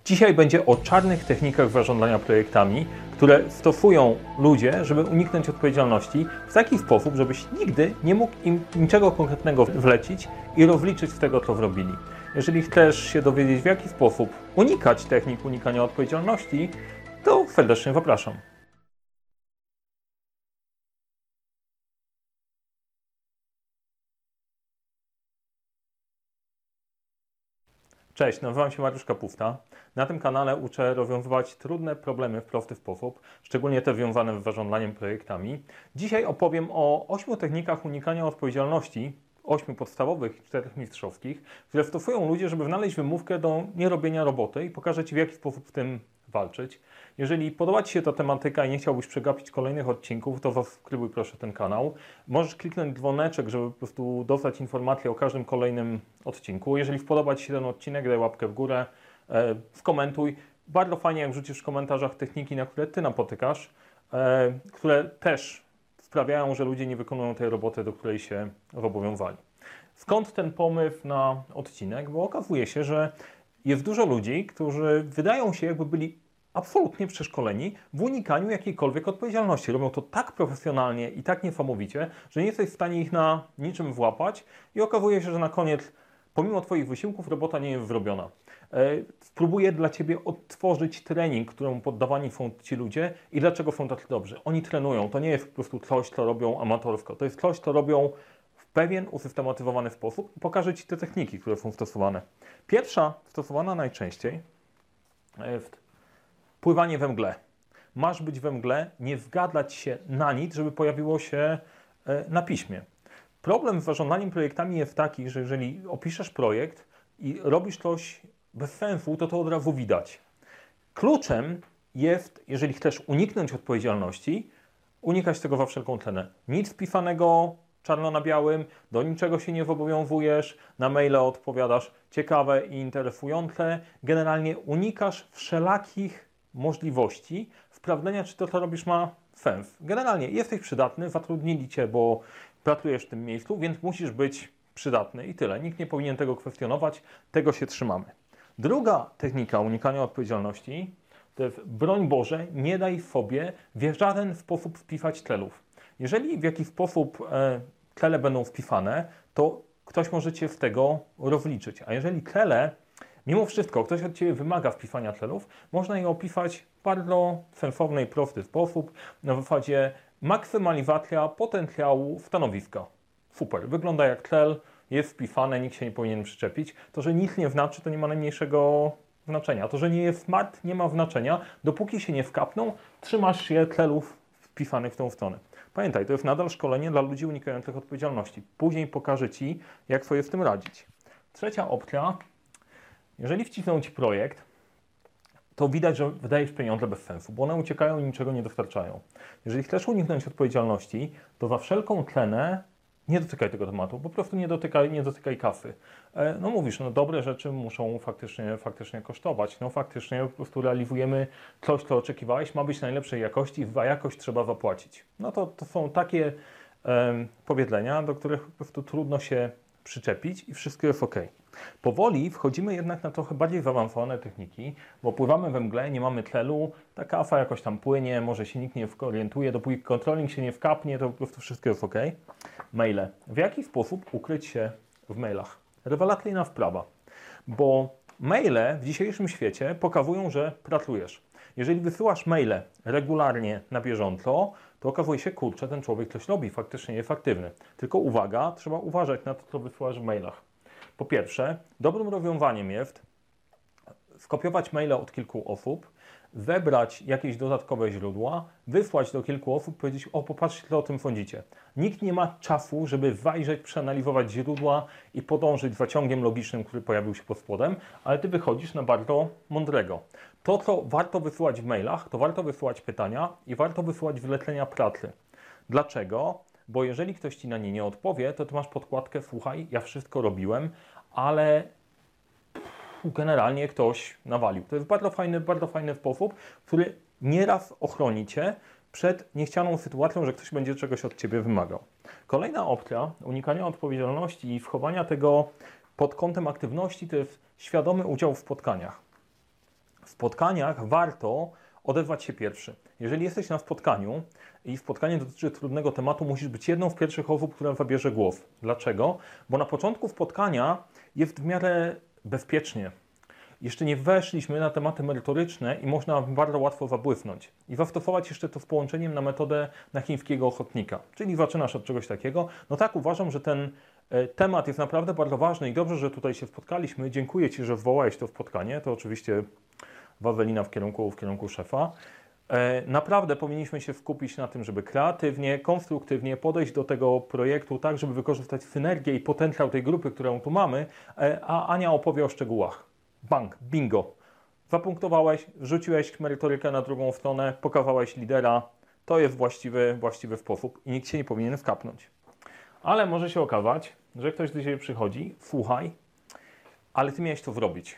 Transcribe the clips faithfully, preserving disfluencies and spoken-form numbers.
Dzisiaj będzie o czarnych technikach zarządzania projektami, które stosują ludzie, żeby uniknąć odpowiedzialności w taki sposób, żebyś nigdy nie mógł im niczego konkretnego wlecić i rozliczyć z tego, co zrobili. Jeżeli chcesz się dowiedzieć, w jaki sposób unikać technik unikania odpowiedzialności, to serdecznie zapraszam. Cześć, nazywam się Mariusz Kapufta. Na tym kanale uczę rozwiązywać trudne problemy w prosty sposób, szczególnie te związane z zarządzaniem projektami. Dzisiaj opowiem o ośmiu technikach unikania odpowiedzialności, ośmiu podstawowych i czterech mistrzowskich, które stosują ludzie, żeby znaleźć wymówkę do nierobienia roboty i pokażę Ci, w jaki sposób z tym walczyć. Jeżeli podoba Ci się ta tematyka i nie chciałbyś przegapić kolejnych odcinków, to zasubskrybuj proszę ten kanał. Możesz kliknąć dzwoneczek, żeby po prostu dostać informacje o każdym kolejnym odcinku. Jeżeli podoba Ci się ten odcinek, daj łapkę w górę, e, skomentuj. Bardzo fajnie, jak wrzucisz w komentarzach techniki, na które Ty napotykasz, e, które też sprawiają, że ludzie nie wykonują tej roboty, do której się zobowiązali. Skąd ten pomysł na odcinek? Bo okazuje się, że jest dużo ludzi, którzy wydają się, jakby byli absolutnie przeszkoleni w unikaniu jakiejkolwiek odpowiedzialności. Robią to tak profesjonalnie i tak niesamowicie, że nie jesteś w stanie ich na niczym włapać i okazuje się, że na koniec, pomimo Twoich wysiłków, robota nie jest zrobiona. Spróbuję dla Ciebie odtworzyć trening, któremu poddawani są ci ludzie i dlaczego są tacy dobrzy. Oni trenują, to nie jest po prostu coś, co robią amatorsko, to jest coś, co robią w pewien usystematyzowany sposób i pokażę Ci te techniki, które są stosowane. Pierwsza, stosowana najczęściej, jest pływanie we mgle. Masz być we mgle, nie zgadzać się na nic, żeby pojawiło się na piśmie. Problem z zarządzaniem projektami jest taki, że jeżeli opiszesz projekt i robisz coś bez sensu, to to od razu widać. Kluczem jest, jeżeli chcesz uniknąć odpowiedzialności, unikać tego za wszelką cenę. Nic wpisanego czarno na białym, do niczego się nie zobowiązujesz, na maile odpowiadasz ciekawe i interesujące. Generalnie unikasz wszelakich możliwości sprawdzenia, czy to, co robisz, ma sens. Generalnie jesteś przydatny, zatrudnili Cię, bo pracujesz w tym miejscu, więc musisz być przydatny i tyle. Nikt nie powinien tego kwestionować, tego się trzymamy. Druga technika unikania odpowiedzialności to jest, broń Boże, nie daj sobie w żaden sposób wpisać celów. Jeżeli w jakiś sposób e, cele będą wpisane, to ktoś może Cię z tego rozliczyć. A jeżeli cele, mimo wszystko, ktoś od Ciebie wymaga wpisania celów, można je opisać w bardzo sensowny i prosty sposób, na zasadzie maksymalizacja potencjału stanowiska. Super, wygląda jak cel, jest wpisane, nikt się nie powinien przyczepić. To, że nic nie znaczy, to nie ma najmniejszego znaczenia. To, że nie jest smart, nie ma znaczenia. Dopóki się nie wkapną, trzymasz się celów wpisanych w tą stronę. Pamiętaj, to jest nadal szkolenie dla ludzi unikających odpowiedzialności. Później pokażę Ci, jak sobie z tym radzić. Trzecia opcja. Jeżeli wcisną Ci projekt, to widać, że wydajesz pieniądze bez sensu, bo one uciekają i niczego nie dostarczają. Jeżeli chcesz uniknąć odpowiedzialności, to za wszelką cenę nie dotykaj tego tematu, po prostu nie dotykaj, nie dotykaj kasy. No mówisz, no dobre rzeczy muszą faktycznie, faktycznie kosztować. No faktycznie po prostu realizujemy coś, co oczekiwałeś, ma być najlepszej jakości, za jakość trzeba zapłacić. No to, to są takie um, powiedzenia, do których po prostu trudno się przyczepić i wszystko jest ok. Powoli wchodzimy jednak na trochę bardziej zaawansowane techniki, bo pływamy we mgle, nie mamy celu, ta kasa jakoś tam płynie, może się nikt nie orientuje, dopóki kontroling się nie wkapnie, to po prostu wszystko jest ok. Maile. W jaki sposób ukryć się w mailach? Rewelacyjna wprawa, bo maile w dzisiejszym świecie pokazują, że pracujesz. Jeżeli wysyłasz maile regularnie, na bieżąco, to okazuje się, kurczę, ten człowiek coś robi, faktycznie jest aktywny. Tylko uwaga, trzeba uważać na to, co wysyłasz w mailach. Po pierwsze, dobrym rozwiązaniem jest skopiować maile od kilku osób, zebrać jakieś dodatkowe źródła, wysłać do kilku osób, powiedzieć, o popatrzcie, co o tym sądzicie. Nikt nie ma czasu, żeby zajrzeć, przeanalizować źródła i podążyć za ciągiem logicznym, który pojawił się pod spodem, ale Ty wychodzisz na bardzo mądrego. To, co warto wysyłać w mailach, to warto wysyłać pytania i warto wysyłać zlecenia pracy. Dlaczego? Bo jeżeli ktoś Ci na nie nie odpowie, to Ty masz podkładkę, słuchaj, ja wszystko robiłem, ale generalnie ktoś nawalił. To jest bardzo fajny, bardzo fajny sposób, który nieraz ochroni Cię przed niechcianą sytuacją, że ktoś będzie czegoś od Ciebie wymagał. Kolejna opcja unikania odpowiedzialności i wchowania tego pod kątem aktywności to jest świadomy udział w spotkaniach. w spotkaniach warto odezwać się pierwszy. Jeżeli jesteś na spotkaniu i spotkanie dotyczy trudnego tematu, musisz być jedną z pierwszych osób, która zabierze głos. Dlaczego? Bo na początku spotkania jest w miarę bezpiecznie. Jeszcze nie weszliśmy na tematy merytoryczne i można bardzo łatwo zabłysnąć. I zastosować jeszcze to z połączeniem na metodę na chińskiego ochotnika. Czyli zaczynasz od czegoś takiego. No tak, uważam, że ten e, temat jest naprawdę bardzo ważny i dobrze, że tutaj się spotkaliśmy. Dziękuję Ci, że zwołałeś to spotkanie. To oczywiście wawelina w kierunku, w kierunku szefa. E, naprawdę powinniśmy się skupić na tym, żeby kreatywnie, konstruktywnie podejść do tego projektu tak, żeby wykorzystać synergię i potencjał tej grupy, którą tu mamy, e, a Ania opowie o szczegółach. Bang, bingo. Zapunktowałeś, wrzuciłeś merytorykę na drugą stronę, pokazałeś lidera. To jest właściwy, właściwy sposób i nikt się nie powinien wkapnąć. Ale może się okazać, że ktoś do Ciebie przychodzi, słuchaj, ale Ty miałeś to zrobić.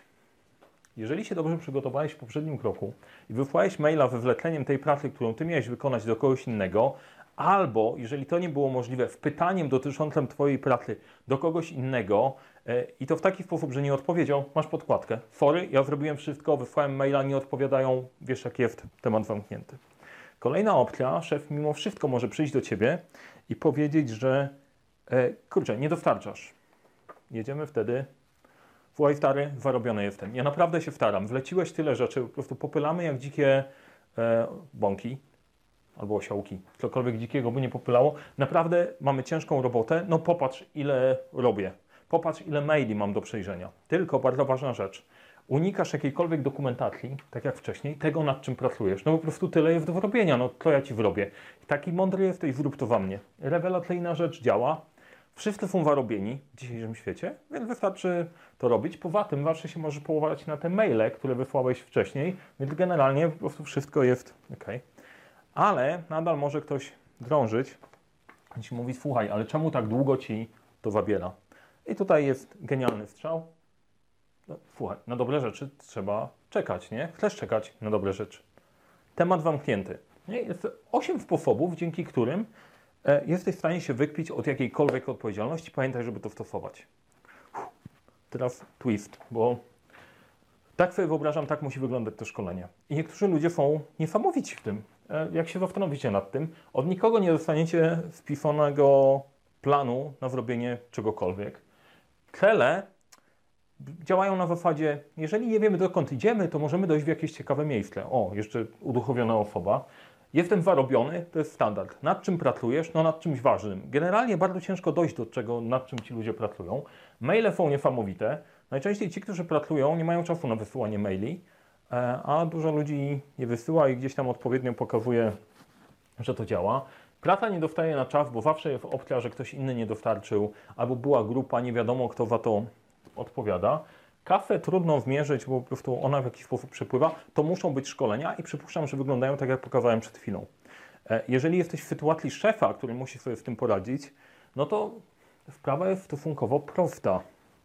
Jeżeli się dobrze przygotowałeś w poprzednim kroku i wysłałeś maila ze wleceniem tej pracy, którą Ty miałeś wykonać do kogoś innego, albo, jeżeli to nie było możliwe, z pytaniem dotyczącym Twojej pracy do kogoś innego yy, i to w taki sposób, że nie odpowiedział, masz podkładkę. Sorry, ja zrobiłem wszystko, wysłałem maila, nie odpowiadają, wiesz jak jest, temat zamknięty. Kolejna opcja, szef mimo wszystko może przyjść do Ciebie i powiedzieć, że yy, kurczę, nie dostarczasz. Jedziemy wtedy, słuchaj stary, zarobiony jestem. Ja naprawdę się staram, wleciłeś tyle rzeczy, po prostu popylamy jak dzikie yy, bąki. Albo osiołki, cokolwiek dzikiego by nie popylało. Naprawdę mamy ciężką robotę. No popatrz, ile robię. Popatrz, ile maili mam do przejrzenia. Tylko bardzo ważna rzecz. Unikasz jakiejkolwiek dokumentacji, tak jak wcześniej, tego nad czym pracujesz. No po prostu tyle jest do robienia, no to ja Ci zrobię. Taki mądry jesteś, zrób to za mnie. Rewelacyjna rzecz, działa. Wszyscy są zarobieni w dzisiejszym świecie, więc wystarczy to robić. Poza tym zawsze się możesz powołać na te maile, które wysłałeś wcześniej, więc generalnie po prostu wszystko jest ok. Ale nadal może ktoś drążyć i Ci mówi, słuchaj, ale czemu tak długo Ci to zabiera? I tutaj jest genialny strzał. No, słuchaj, na dobre rzeczy trzeba czekać, nie? Chcesz czekać na dobre rzeczy. Temat zamknięty. Nie? Jest osiem sposobów, dzięki którym e, jesteś w stanie się wykpić od jakiejkolwiek odpowiedzialności. Pamiętaj, żeby to stosować. Uff, teraz twist, bo tak sobie wyobrażam, tak musi wyglądać to szkolenie. I niektórzy ludzie są niesamowici w tym. Jak się zastanowicie nad tym, od nikogo nie dostaniecie spisanego planu na zrobienie czegokolwiek. Cele działają na zasadzie, jeżeli nie wiemy dokąd idziemy, to możemy dojść w jakieś ciekawe miejsce. O, jeszcze uduchowiona osoba. Jestem zarobiony, to jest standard. Nad czym pracujesz? No nad czymś ważnym. Generalnie bardzo ciężko dojść do czego, nad czym ci ludzie pracują. Maile są niesamowite. Najczęściej ci, którzy pracują, nie mają czasu na wysyłanie maili, a dużo ludzi nie wysyła i gdzieś tam odpowiednio pokazuje, że to działa. Praca nie dostaje na czas, bo zawsze jest opcja, że ktoś inny nie dostarczył, albo była grupa, nie wiadomo kto za to odpowiada. Kasę trudno zmierzyć, bo po prostu ona w jakiś sposób przepływa. To muszą być szkolenia i przypuszczam, że wyglądają tak, jak pokazałem przed chwilą. Jeżeli jesteś w sytuacji szefa, który musi sobie z tym poradzić, no to sprawa jest stosunkowo prosta.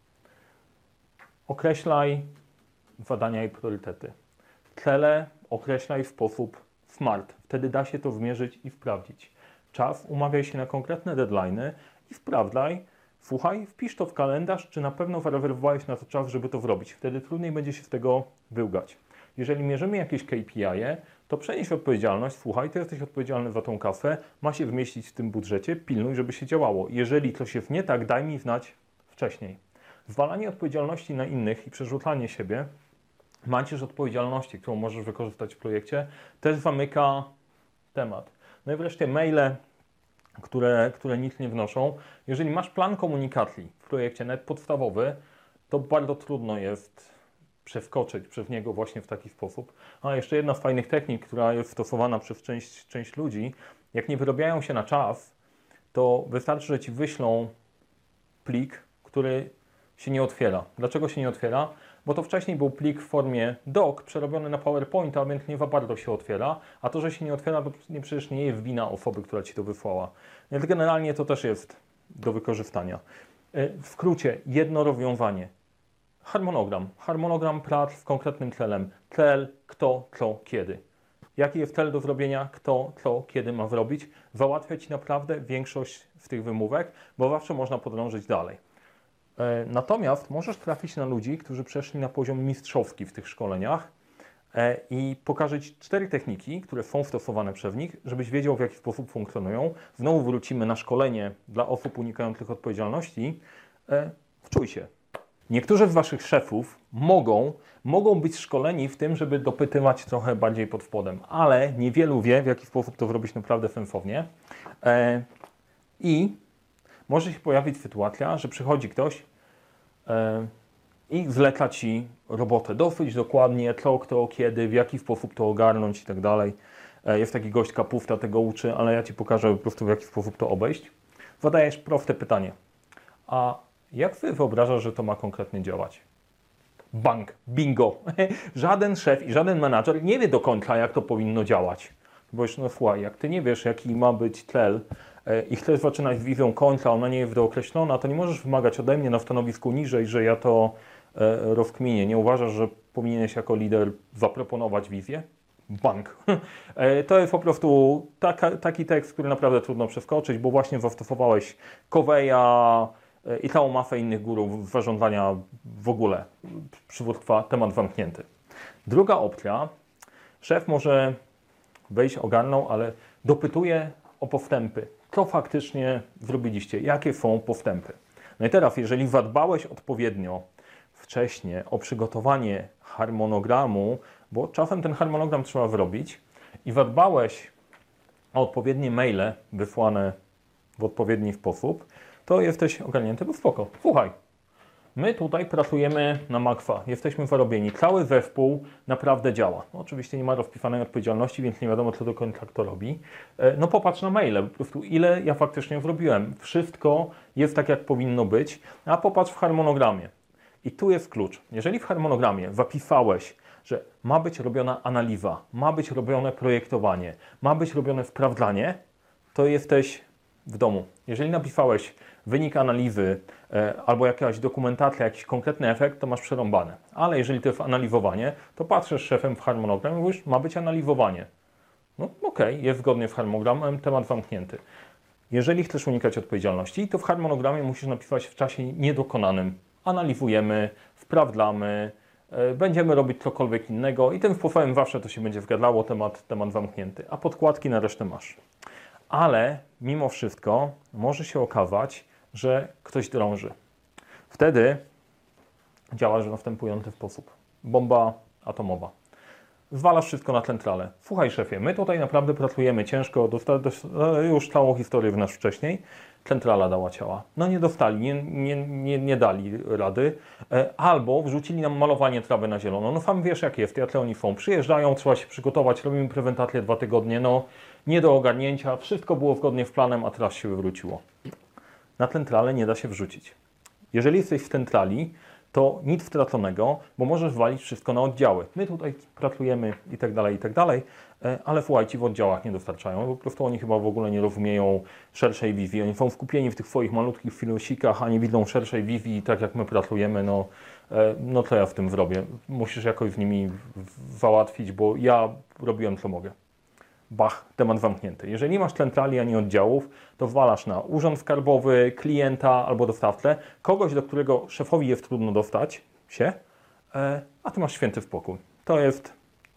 Określaj zadania i priorytety. Cele określaj w sposób smart. Wtedy da się to zmierzyć i sprawdzić. Czas, umawiaj się na konkretne deadline'y i sprawdzaj, słuchaj, wpisz to w kalendarz, czy na pewno zarezerwowałeś na to czas, żeby to zrobić. Wtedy trudniej będzie się z tego wyłgać. Jeżeli mierzymy jakieś K P I-e, to przenieś odpowiedzialność, słuchaj, ty jesteś odpowiedzialny za tą kasę, ma się wmieścić w tym budżecie, pilnuj, żeby się działało. Jeżeli coś jest nie tak, daj mi znać wcześniej. Zwalanie odpowiedzialności na innych i przerzucanie siebie, macierz odpowiedzialności, którą możesz wykorzystać w projekcie, też zamyka temat. No i wreszcie maile, które, które nic nie wnoszą. Jeżeli masz plan komunikacji w projekcie, nawet podstawowy, to bardzo trudno jest przeskoczyć przez niego właśnie w taki sposób. A jeszcze jedna z fajnych technik, która jest stosowana przez część, część ludzi, jak nie wyrobiają się na czas, to wystarczy, że Ci wyślą plik, który się nie otwiera. Dlaczego się nie otwiera? Bo to wcześniej był plik w formie doc przerobiony na PowerPointa, więc nie za bardzo się otwiera, a to, że się nie otwiera, to nie, przecież nie jest wina osoby, która Ci to wysłała. Więc generalnie to też jest do wykorzystania. W skrócie, jedno rozwiązanie. Harmonogram. Harmonogram prac z konkretnym celem. Cel, kto, co, kiedy. Jaki jest cel do zrobienia, kto, co, kiedy ma zrobić. Załatwia Ci naprawdę większość z tych wymówek, bo zawsze można podążyć dalej. Natomiast możesz trafić na ludzi, którzy przeszli na poziom mistrzowski w tych szkoleniach e, i pokażę Ci cztery techniki, które są stosowane przez nich, żebyś wiedział, w jaki sposób funkcjonują. Znowu wrócimy na szkolenie dla osób unikających odpowiedzialności. E, wczuj się. Niektórzy z Waszych szefów mogą, mogą być szkoleni w tym, żeby dopytywać trochę bardziej pod spodem, ale niewielu wie, w jaki sposób to zrobić naprawdę sensownie. E, I może się pojawić sytuacja, że przychodzi ktoś e, i zleca Ci robotę. Dosyć dokładnie, co, kto, kiedy, w jaki sposób to ogarnąć i tak dalej. E, jest taki gość kapufta, tego uczy, ale ja Ci pokażę po prostu, w jaki sposób to obejść. Zadajesz proste pytanie. A jak Ty wyobrażasz, że to ma konkretnie działać? Bang, bingo. Żaden szef i żaden menadżer nie wie do końca, jak to powinno działać. Bo już, no słuchaj, jak Ty nie wiesz, jaki ma być cel e, i chcesz zaczynać z wizją końca, ona nie jest dookreślona, to nie możesz wymagać ode mnie na stanowisku niżej, że ja to e, rozkminię. Nie uważasz, że powinieneś jako lider zaproponować wizję? Bang. E, to jest po prostu taka, taki tekst, który naprawdę trudno przeskoczyć, bo właśnie zastosowałeś Coveya i całą masę innych górów zarządzania w ogóle, przywództwa, temat zamknięty. Druga opcja, szef może wejść, ogarnął, ale dopytuje o postępy. Co faktycznie zrobiliście? Jakie są postępy? No i teraz, jeżeli zadbałeś odpowiednio wcześniej o przygotowanie harmonogramu, bo czasem ten harmonogram trzeba zrobić i zadbałeś o odpowiednie maile wysłane w odpowiedni sposób, to jesteś ogarnięty, bo spoko. Słuchaj, my tutaj pracujemy na makwa, jesteśmy zarobieni. Cały zespół naprawdę działa. No, oczywiście nie ma rozpisanej odpowiedzialności, więc nie wiadomo, co do końca kto robi. No popatrz na maile, po prostu ile ja faktycznie zrobiłem. Wszystko jest tak, jak powinno być, a popatrz w harmonogramie. I tu jest klucz. Jeżeli w harmonogramie zapisałeś, że ma być robiona analiza, ma być robione projektowanie, ma być robione sprawdzanie, to jesteś w domu. Jeżeli napisałeś wynik analizy e, albo jakaś dokumentacja, jakiś konkretny efekt, to masz przerąbane. Ale jeżeli to jest analizowanie, to patrzysz szefem w harmonogram i mówisz, ma być analizowanie. No okej, okay, jest zgodnie z harmonogramem, temat zamknięty. Jeżeli chcesz unikać odpowiedzialności, to w harmonogramie musisz napisać w czasie niedokonanym. Analizujemy, sprawdzamy, e, będziemy robić cokolwiek innego i tym sposobem zawsze to się będzie zgadzało, temat, temat zamknięty. A podkładki na resztę masz. Ale mimo wszystko może się okazać, że ktoś drąży. Wtedy działasz w następujący sposób. Bomba atomowa. Zwalasz wszystko na centralę. Słuchaj szefie, my tutaj naprawdę pracujemy ciężko, dosta- dos- już całą historię w nas wcześniej. Centrala dała ciała. No nie dostali, nie, nie, nie, nie dali rady. E, albo wrzucili nam malowanie trawy na zielono. No sam wiesz jak jest, jakie oni są. Przyjeżdżają, trzeba się przygotować, robimy prezentację dwa tygodnie, no nie do ogarnięcia. Wszystko było zgodnie z planem, a teraz się wywróciło. Na centralę nie da się wrzucić. Jeżeli jesteś w centrali, to nic straconego, bo możesz walić wszystko na oddziały. My tutaj pracujemy i tak dalej, i tak dalej, ale słuchaj, ci w oddziałach nie dostarczają. Po prostu oni chyba w ogóle nie rozumieją szerszej wizji. Oni są skupieni w tych swoich malutkich filosikach, a nie widzą szerszej wizji i tak jak my pracujemy, no, no co ja w tym zrobię? Musisz jakoś z nimi załatwić, bo ja robiłem co mogę. Bach, temat zamknięty. Jeżeli nie masz centrali ani oddziałów, to walasz na urząd skarbowy, klienta albo dostawcę, kogoś, do którego szefowi jest trudno dostać się, a ty masz święty spokój. To jest,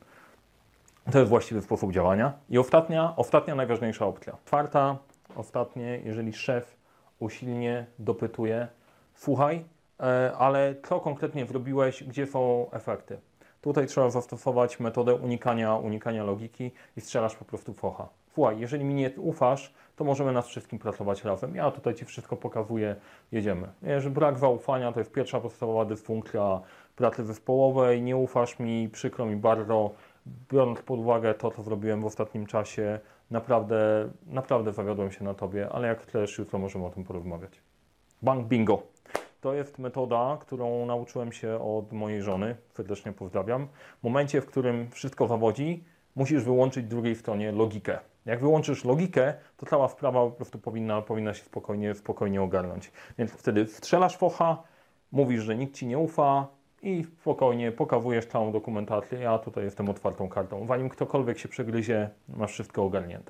to jest właściwy sposób działania. I ostatnia, ostatnia najważniejsza opcja. Czwarta, ostatnie, jeżeli szef usilnie dopytuje, słuchaj, ale co konkretnie zrobiłeś, gdzie są efekty? Tutaj trzeba zastosować metodę unikania, unikania logiki i strzelasz po prostu w focha. Słuchaj, jeżeli mi nie ufasz, to możemy nad wszystkim pracować razem. Ja tutaj Ci wszystko pokazuję, jedziemy. Jeżeli brak zaufania to jest pierwsza podstawowa dysfunkcja pracy zespołowej, nie ufasz mi, przykro mi bardzo, biorąc pod uwagę to, co zrobiłem w ostatnim czasie, naprawdę, naprawdę zawiodłem się na Tobie, ale jak chcesz, jutro możemy o tym porozmawiać. Bang, bingo! To jest metoda, którą nauczyłem się od mojej żony, serdecznie pozdrawiam. W momencie, w którym wszystko zawodzi, musisz wyłączyć drugiej stronie logikę. Jak wyłączysz logikę, to cała sprawa po prostu powinna, powinna się spokojnie, spokojnie ogarnąć. Więc wtedy strzelasz focha, mówisz, że nikt Ci nie ufa i spokojnie pokazujesz całą dokumentację. Ja tutaj jestem otwartą kartą. Zanim ktokolwiek się przegryzie, masz wszystko ogarnięte.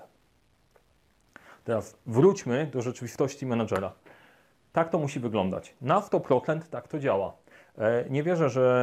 Teraz wróćmy do rzeczywistości menadżera. Tak to musi wyglądać. Na sto procent tak to działa. Nie wierzę, że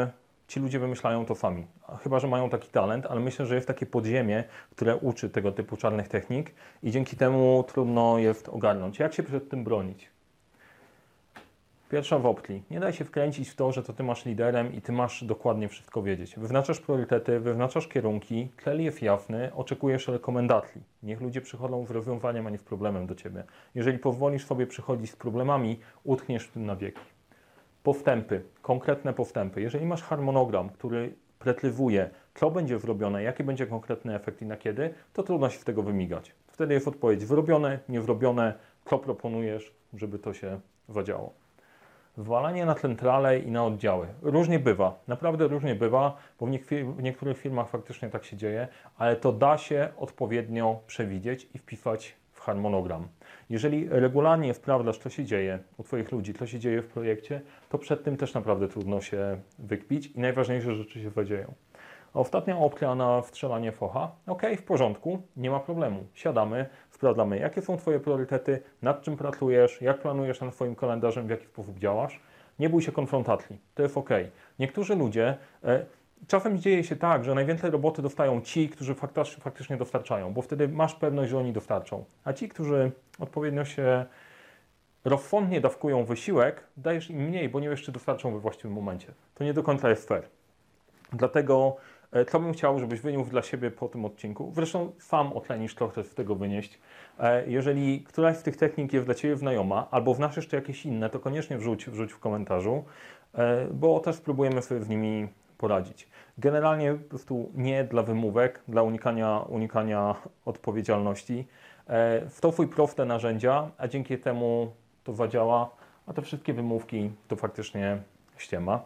ci ludzie wymyślają to sami. Chyba że mają taki talent, ale myślę, że jest takie podziemie, które uczy tego typu czarnych technik i dzięki temu trudno jest ogarnąć. Jak się przed tym bronić? Pierwsza w opcji. Nie daj się wkręcić w to, że to ty masz liderem i ty masz dokładnie wszystko wiedzieć. Wyznaczasz priorytety, wyznaczasz kierunki, cel jest jasny, oczekujesz rekomendacji. Niech ludzie przychodzą z rozwiązaniem, a nie z problemem do ciebie. Jeżeli pozwolisz sobie przychodzić z problemami, utkniesz w tym na wieki. Postępy, konkretne postępy. Jeżeli masz harmonogram, który pretlywuje, co będzie zrobione, jaki będzie konkretny efekt i na kiedy, to trudno się z tego wymigać. Wtedy jest odpowiedź zrobione, niezrobione, co proponujesz, żeby to się zadziało. Zwalanie na centralę i na oddziały. Różnie bywa, naprawdę różnie bywa, bo w, niektórych, w niektórych firmach faktycznie tak się dzieje, ale to da się odpowiednio przewidzieć i wpisać w harmonogram. Jeżeli regularnie sprawdzasz, co się dzieje u Twoich ludzi, co się dzieje w projekcie, to przed tym też naprawdę trudno się wykpić i najważniejsze rzeczy się zadzieją. Ostatnia opcja na wstrzelanie focha. Ok, w porządku, nie ma problemu. Siadamy, sprawdzamy, jakie są Twoje priorytety, nad czym pracujesz, jak planujesz nad Twoim kalendarzem, w jaki sposób działasz. Nie bój się konfrontacji, to jest ok. Niektórzy ludzie, e, czasem dzieje się tak, że najwięcej roboty dostają ci, którzy faktycznie, faktycznie dostarczają, bo wtedy masz pewność, że oni dostarczą. A ci, którzy odpowiednio się rozsądnie dawkują wysiłek, dajesz im mniej, bo nie wiesz, czy dostarczą we właściwym momencie. To nie do końca jest fair. Dlatego co bym chciał, żebyś wyniósł dla siebie po tym odcinku. Zresztą sam ocenisz, co chcesz z tego wynieść. Jeżeli któraś z tych technik jest dla Ciebie znajoma, albo znasz jeszcze jakieś inne, to koniecznie wrzuć, wrzuć w komentarzu, bo też spróbujemy sobie z nimi poradzić. Generalnie po prostu nie dla wymówek, dla unikania, unikania odpowiedzialności. Stosuj proste narzędzia, a dzięki temu to zadziała, a te wszystkie wymówki to faktycznie ściema.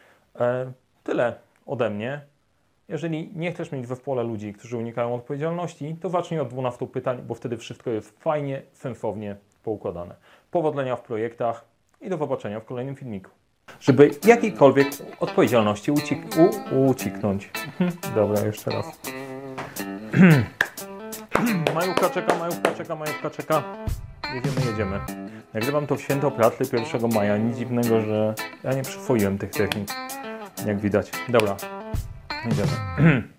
Tyle ode mnie. Jeżeli nie chcesz mieć w zespole ludzi, którzy unikają odpowiedzialności, to zacznij od dwunastu pytań, bo wtedy wszystko jest fajnie, sensownie poukładane. Powodzenia w projektach i do zobaczenia w kolejnym filmiku. Żeby jakiejkolwiek odpowiedzialności ucik u uciknąć. Dobra, jeszcze raz. Majówka czeka, majówka czeka, majówka czeka. Jedziemy, jedziemy. Nagrywam to w święto pracy pierwszego maja. Nic dziwnego, że ja nie przyswoiłem tych technik, jak widać. Dobra. Idziemy.